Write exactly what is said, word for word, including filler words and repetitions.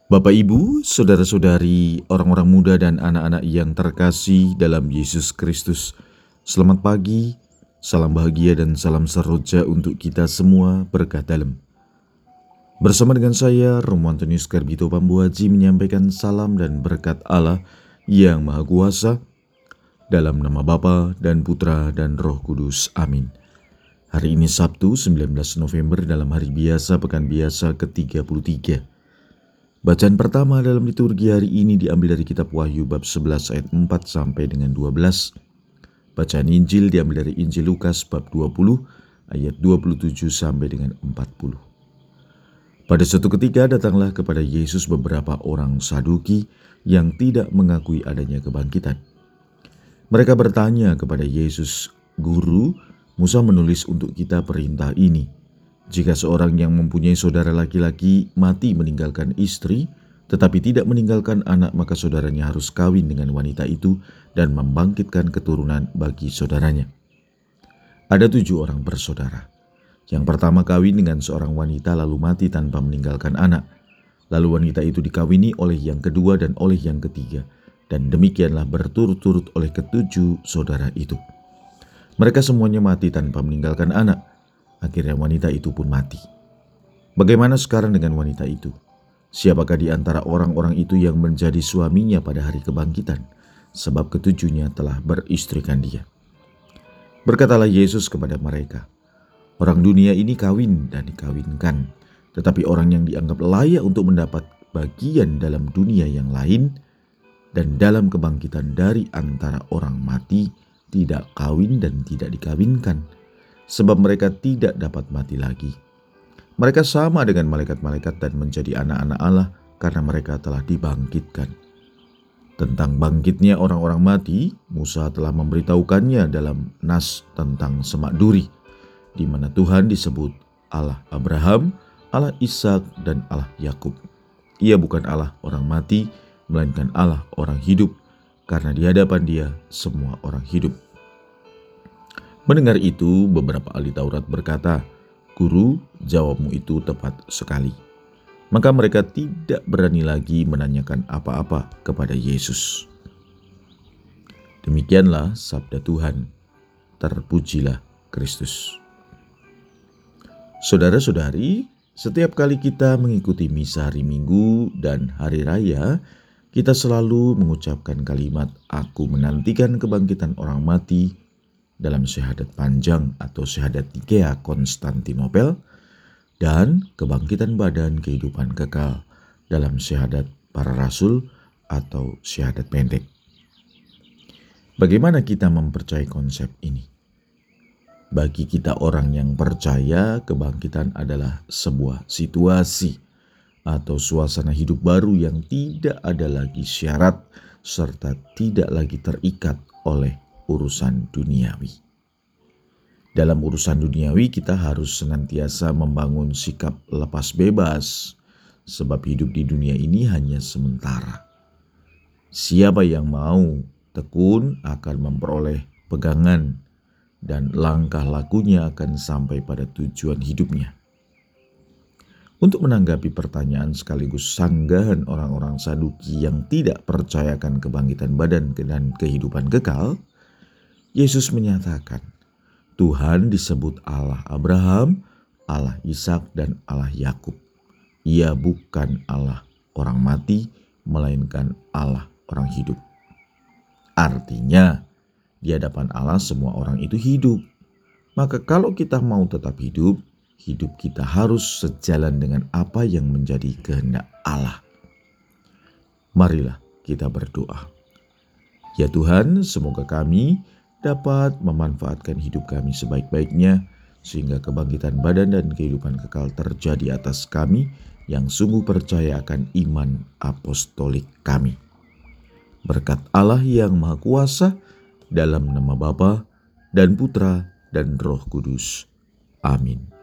Bapak, Ibu, saudara-saudari, orang-orang muda dan anak-anak yang terkasih dalam Yesus Kristus, selamat pagi, salam bahagia dan salam seroja untuk kita semua berkah dalam. Bersama dengan saya, Romo Antonius Garbito Pambuaji menyampaikan salam dan berkat Allah yang Maha Kuasa dalam nama Bapa dan Putra dan Roh Kudus. Amin. Hari ini Sabtu sembilan belas November dalam hari biasa pekan biasa ke tiga puluh tiga. Bacaan pertama dalam liturgi hari ini diambil dari kitab Wahyu bab sebelas ayat empat sampai dengan dua belas. Bacaan Injil diambil dari Injil Lukas bab dua puluh ayat dua puluh tujuh sampai dengan empat puluh. Pada suatu ketika datanglah kepada Yesus beberapa orang Saduki yang tidak mengakui adanya kebangkitan. Mereka bertanya kepada Yesus, "Guru, Musa menulis untuk kita perintah ini. Jika seorang yang mempunyai saudara laki-laki mati meninggalkan istri, tetapi tidak meninggalkan anak, maka saudaranya harus kawin dengan wanita itu dan membangkitkan keturunan bagi saudaranya." Ada tujuh orang bersaudara. Yang pertama kawin dengan seorang wanita lalu mati tanpa meninggalkan anak. Lalu wanita itu dikawini oleh yang kedua dan oleh yang ketiga. Dan demikianlah berturut-turut oleh ketujuh saudara itu. Mereka semuanya mati tanpa meninggalkan anak. Akhirnya wanita itu pun mati. Bagaimana sekarang dengan wanita itu? Siapakah di antara orang-orang itu yang menjadi suaminya pada hari kebangkitan? Sebab ketujuhnya telah beristrikan dia. Berkatalah Yesus kepada mereka, "Orang dunia ini kawin dan dikawinkan, tetapi orang yang dianggap layak untuk mendapat bagian dalam dunia yang lain dan dalam kebangkitan dari antara orang mati tidak kawin dan tidak dikawinkan, sebab mereka tidak dapat mati lagi. Mereka sama dengan malaikat-malaikat dan menjadi anak-anak Allah karena mereka telah dibangkitkan." Tentang bangkitnya orang-orang mati, Musa telah memberitahukannya dalam nas tentang semak duri, di mana Tuhan disebut Allah Abraham, Allah Ishak, dan Allah Yakub. Ia bukan Allah orang mati, melainkan Allah orang hidup, karena di hadapan Dia semua orang hidup. Mendengar itu, beberapa ahli Taurat berkata, "Guru, jawabmu itu tepat sekali." Maka mereka tidak berani lagi menanyakan apa-apa kepada Yesus. Demikianlah sabda Tuhan. Terpujilah Kristus. Saudara-saudari, setiap kali kita mengikuti misa hari Minggu dan hari raya, kita selalu mengucapkan kalimat "Aku menantikan kebangkitan orang mati" dalam syahadat panjang atau syahadat Nikea Konstantinopel, dan kebangkitan badan kehidupan kekal dalam syahadat para rasul atau syahadat pendek. Bagaimana kita mempercayai konsep ini? Bagi kita orang yang percaya, kebangkitan adalah sebuah situasi atau suasana hidup baru yang tidak ada lagi syarat serta tidak lagi terikat oleh urusan duniawi. Dalam urusan duniawi kita harus senantiasa membangun sikap lepas bebas, sebab hidup di dunia ini hanya sementara. Siapa yang mau tekun akan memperoleh pegangan dan langkah lakunya akan sampai pada tujuan hidupnya. Untuk menanggapi pertanyaan sekaligus sanggahan orang-orang Saduki yang tidak percayakan kebangkitan badan dan kehidupan kekal, Yesus menyatakan, Tuhan disebut Allah Abraham, Allah Ishak, dan Allah Yakub. Ia bukan Allah orang mati, melainkan Allah orang hidup. Artinya, di hadapan Allah semua orang itu hidup. Maka kalau kita mau tetap hidup, hidup kita harus sejalan dengan apa yang menjadi kehendak Allah. Marilah kita berdoa. Ya Tuhan, semoga kami dapat memanfaatkan hidup kami sebaik-baiknya, sehingga kebangkitan badan dan kehidupan kekal terjadi atas kami yang sungguh percaya akan iman apostolik kami. Berkat Allah yang Maha Kuasa, dalam nama Bapa dan Putra dan Roh Kudus. Amin.